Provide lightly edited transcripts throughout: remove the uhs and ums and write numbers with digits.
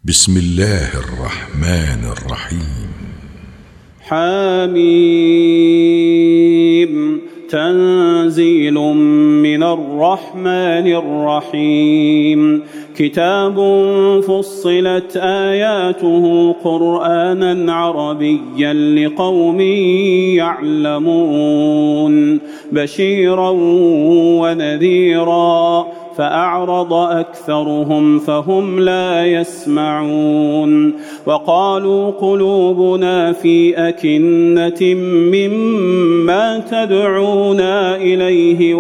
بسم الله الرحمن الرحيم. حميم. تنزيل من الرحمن الرحيم. كتاب فصلت آياته قرآنا عربيا لقوم يعلمون بشيرا ونذيرا فأعرض أكثرهم فهم لا يسمعون. وقالوا قلوبنا في أكنة مما تدعونا إليه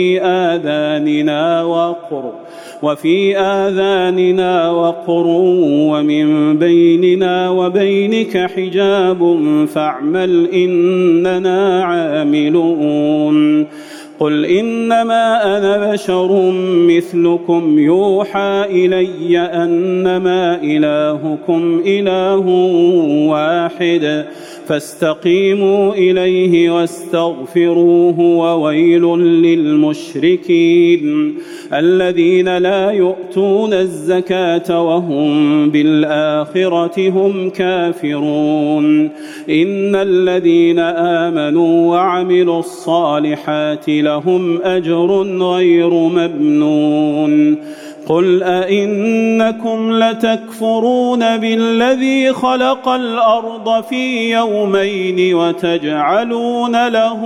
وفي آذاننا وقر ومن بيننا وبينك حجاب فاعمل إننا عاملون. قل إنما أنا بشر مثلكم يوحى إلي أنما إلهكم إله واحد فاستقيموا إليه واستغفروه وويل للمشركين الذين لا يؤتون الزكاة وهم بالآخرة هم كافرون. إن الذين آمنوا وعملوا الصالحات لهم أجر غير ممنون. قل أئنكم لتكفرون بالذي خلق الأرض في يومين وتجعلون له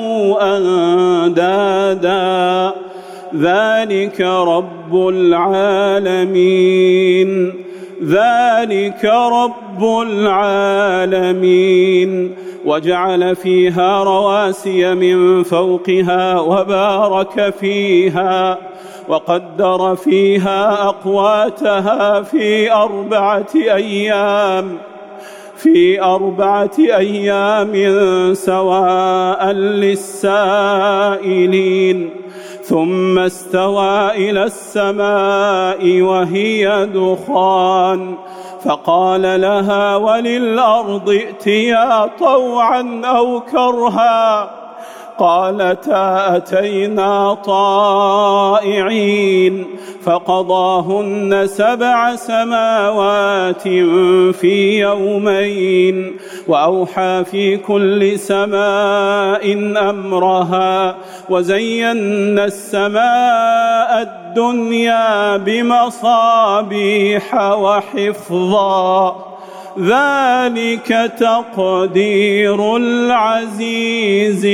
أندادا ذلك رب العالمين. وجعل فيها رواسي من فوقها وبارك فيها وقدر فيها أقواتها في أربعة أيام سواء للسائلين. ثم استوى إلى السماء وهي دخان فقال لها وللأرض ائتيا طوعا أو كرها قالتا أتينا طائعين. فقضاهن 7 سماوات في يومين وأوحى في كل سماء أمرها وزينا السماء الدنيا بمصابيح وحفظا ذلك تقدير العزيز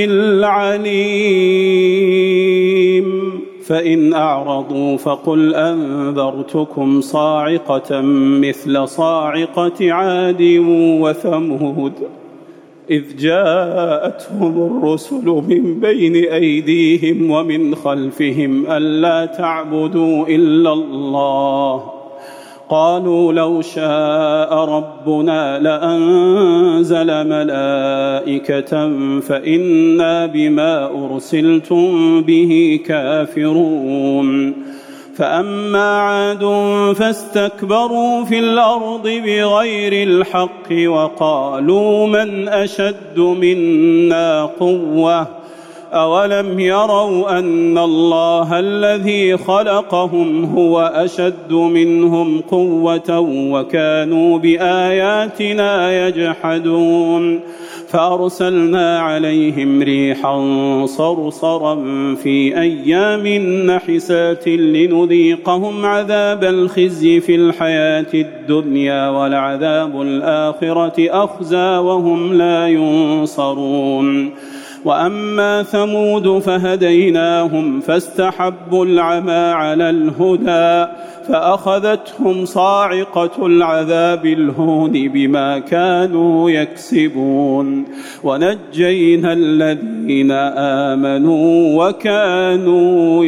العليم. فإن أعرضوا فقل أنذرتكم صاعقة مثل صاعقة عاد وثمود إذ جاءتهم الرسل من بين أيديهم ومن خلفهم ألا تعبدوا إلا الله قالوا لو شاء ربنا لأنزل ملائكة فإنا بما أرسلتم به كافرون. فأما عاد فاستكبروا في الأرض بغير الحق وقالوا من أشد منا قوة أولم يروا أن الله الذي خلقهم هو أشد منهم قوة وكانوا بآياتنا يجحدون. فأرسلنا عليهم ريحا صرصرا في أيام نحسات لنذيقهم عذاب الخزي في الحياة الدنيا ولعذاب الآخرة أخزى وهم لا ينصرون. وأما ثمود فهديناهم فاستحبوا العمى على الهدى فأخذتهم صاعقة العذاب الهون بما كانوا يكسبون. ونجينا الذين آمنوا وكانوا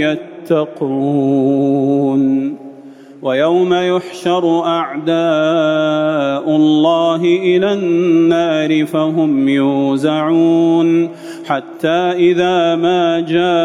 يتقون. ويوم يحشر أعداء الله إلى النار فهم يوزعون حتى إذا ما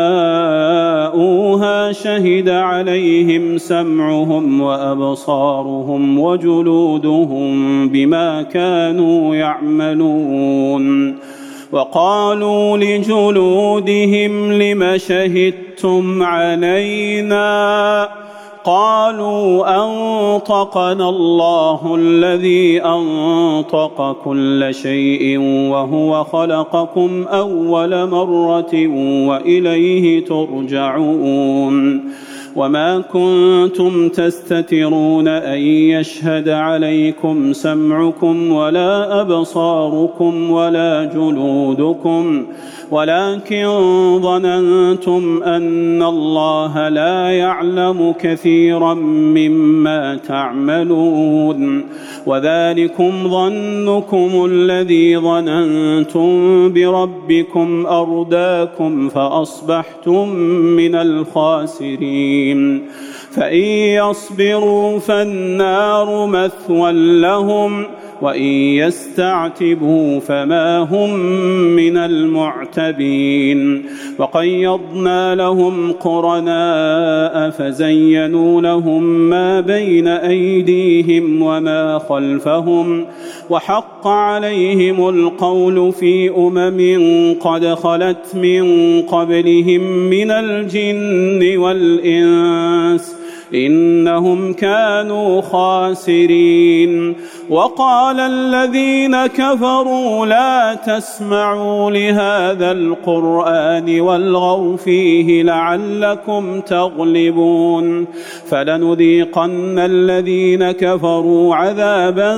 جاءوها شهد عليهم سمعهم وأبصارهم وجلودهم بما كانوا يعملون. وقالوا لجلودهم لم شهدتم علينا قالوا أنطقنا الله الذي أنطق كل شيء وهو خلقكم أول مرة وإليه ترجعون وما كنتم تستترون أن يشهد عليكم سمعكم ولا أبصاركم ولا جلودكم ولكن ظننتم أن الله لا يعلم كثيرا مما تعملون وذلكم ظنكم الذي ظننتم بربكم أرداكم فأصبحتم من الخاسرين فإن يصبروا فالنار مثوى لهم وإن يستعتبوا فما هم من المعتبين وقيضنا لهم قرناء فزينوا لهم ما بين أيديهم وما خلفهم وحق عليهم القول في قد خلت من قبلهم من الجن والإنس إنهم كانوا خاسرين وقال الذين كفروا لا تسمعوا لهذا القرآن والغوا فيه لعلكم تغلبون فلنذيقن الذين كفروا عذابا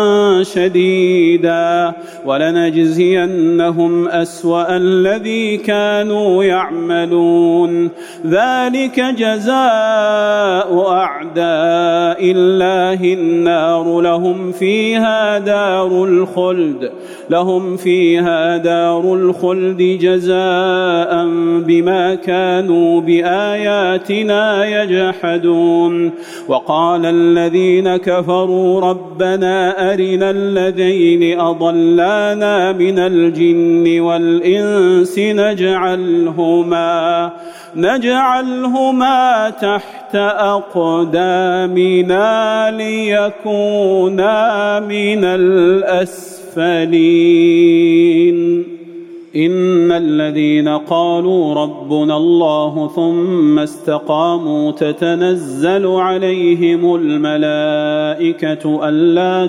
شديدا ولنجزينهم أسوأ الذي كانوا يعملون ذلك جزاء أعداء الله النار لهم فيها دار الخلد جزاء بما كانوا بآياتنا يجحدون وقال الذين كفروا ربنا أرنا الذين أضلانا من الجن والإنس نجعلهما تحت أقدامنا ليكونا من الأسفلين إن الذين قالوا ربنا الله ثم استقاموا تتنزل عليهم الملائكة ألا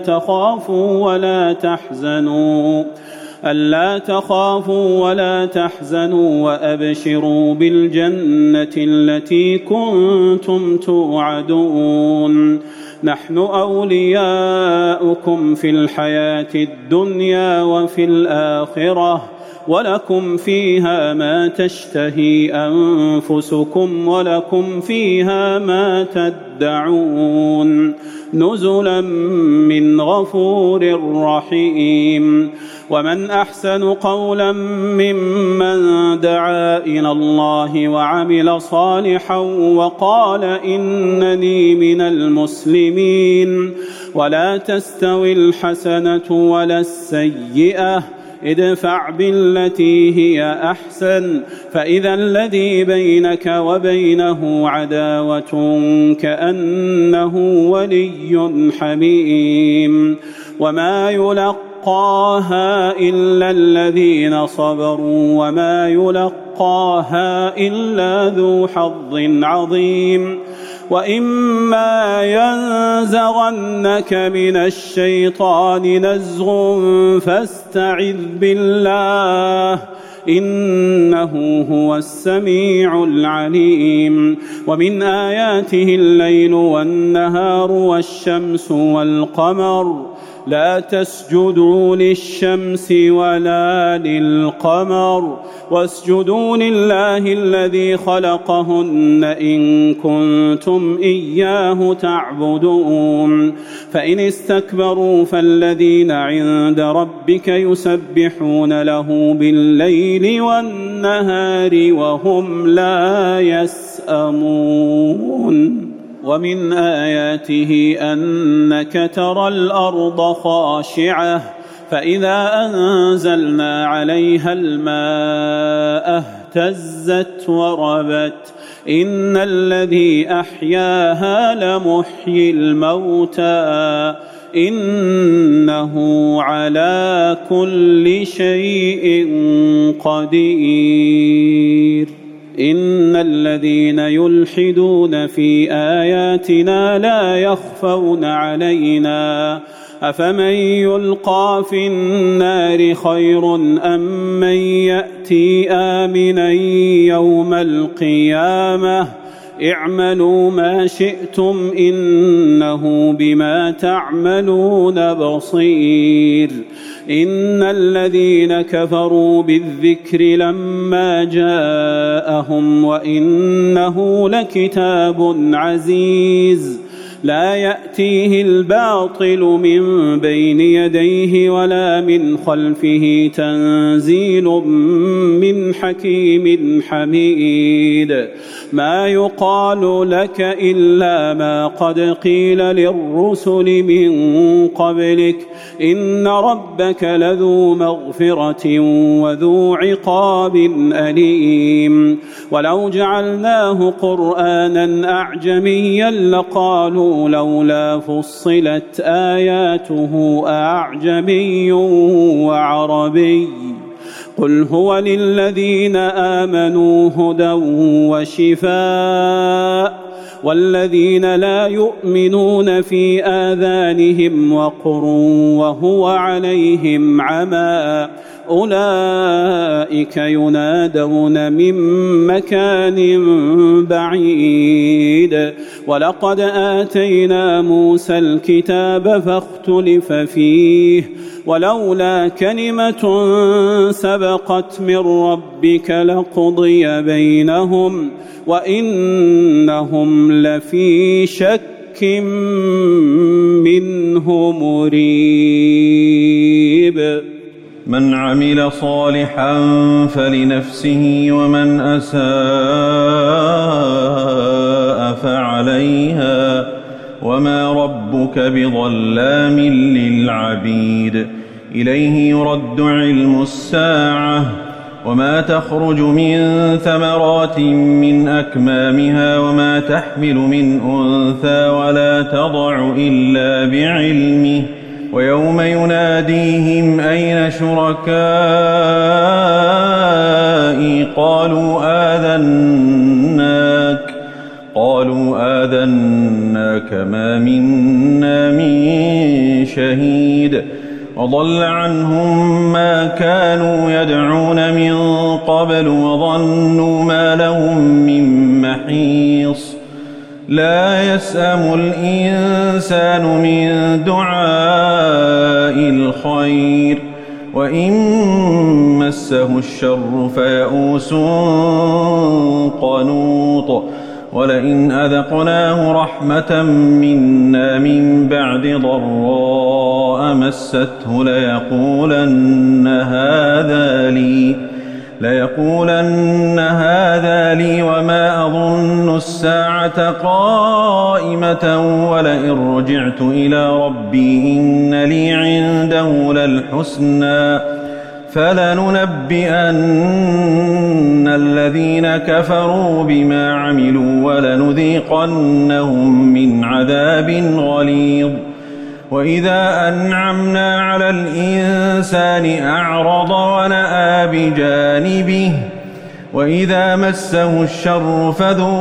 تخافوا ولا تحزنوا وأبشروا بالجنة التي كنتم توعدون نحن أولياؤكم في الحياة الدنيا وفي الآخرة ولكم فيها ما تشتهي أنفسكم ولكم فيها ما تدعون نزلا من غفور رحيم ومن أحسن قولا ممن دعا إلى الله وعمل صالحا وقال إنني من المسلمين ولا تستوي الحسنة ولا السيئة ادفع بالتي هي أحسن فإذا الذي بينك وبينه عداوة كأنه ولي حميم وما يلقاها إلا الذين صبروا وما يلقاها إلا ذو حظ عظيم وإما ينزغنك من الشيطان نزغ فاستعذ بالله إنه هو السميع العليم ومن آياته الليل والنهار والشمس والقمر لا تسجدوا للشمس ولا للقمر واسجدوا لله الذي خلقهن إن كنتم إياه تعبدون فإن استكبروا فالذين عند ربك يسبحون له بالليل والنهار وهم لا يسأمون ومن آياته أنك ترى الأرض خاشعة فإذا أنزلنا عليها الماء اهتزت وربت إن الذي أحياها لمحيي الموتى إنه على كل شيء قدير إن الذين يلحدون في آياتنا لا يخفون علينا أفمن يلقى في النار خير أم من يأتي آمنا يوم القيامة اعملوا ما شئتم إنه بما تعملون بصير إن الذين كفروا بالذكر لما جاءهم وإنه لكتاب عزيز لا يأتيه الباطل من بين يديه ولا من خلفه تنزيل من حكيم حميد ما يقال لك إلا ما قد قيل للرسل من قبلك إن ربك لذو مغفرة وذو عقاب أليم ولو جعلناه قرآنا أعجميا لقالوا لولا فصلت آياته أعجمي وعربي قل هو للذين آمنوا هدى وشفاء والذين لا يؤمنون في آذانهم وقر وهو عليهم عمى أولئك ينادون من مكان بعيد ولقد آتينا موسى الكتاب فاختلف فيه ولولا كلمة سبقت من ربك لقضي بينهم وإنهم لفي شك منه مريب من عمل صالحا فلنفسه ومن أساء فعليها وما ربك بظلام للعبيد إليه يرد علم الساعة وما تخرج من ثمرات من أكمامها وما تحمل من أنثى ولا تضع إلا بعلمه ويوم يناديهم أين شركائي قالوا آذناك ما منا من شهيد وضل عنهم ما كانوا يدعون من قبل وظنوا ما لهم من محيص لا يسأم الإنسان من دعاء الخير وإن مسه الشر فيئوس قنوط ولئن أذقناه رحمة منا من بعد ضراء مسته ليقولن هذا لي وما أظن الساعة قائمة ولئن رجعت إلى ربي إن لي عنده للحسنى فلننبئن الذين كفروا بما عملوا ولنذيقنهم من عذاب غليظ وإذا أنعمنا على الإنسان أعرض ونأى بجانبه وإذا مسه الشر فذو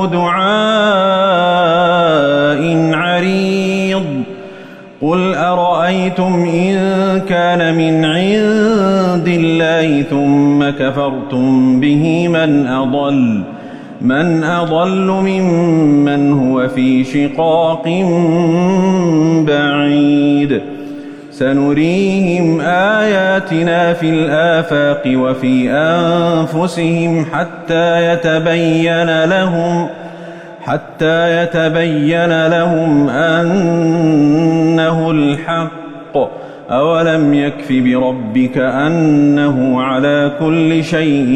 دعاء عريض قل أرأيتم إن كان من عند الله ثم كفرتم به من أضل ممن هو في شقاق بعيد سنريهم آياتنا في الآفاق وفي أنفسهم حتى يتبين لهم أنه الحق أولم يكف بربك أنه على كل شيء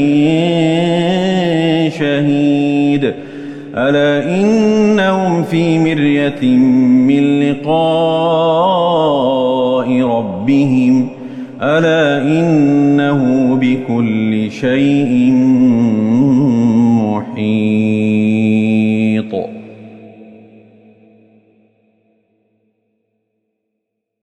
شهيد ألا إنهم في مرية من لقاء ربهم ألا إنه بكل شيء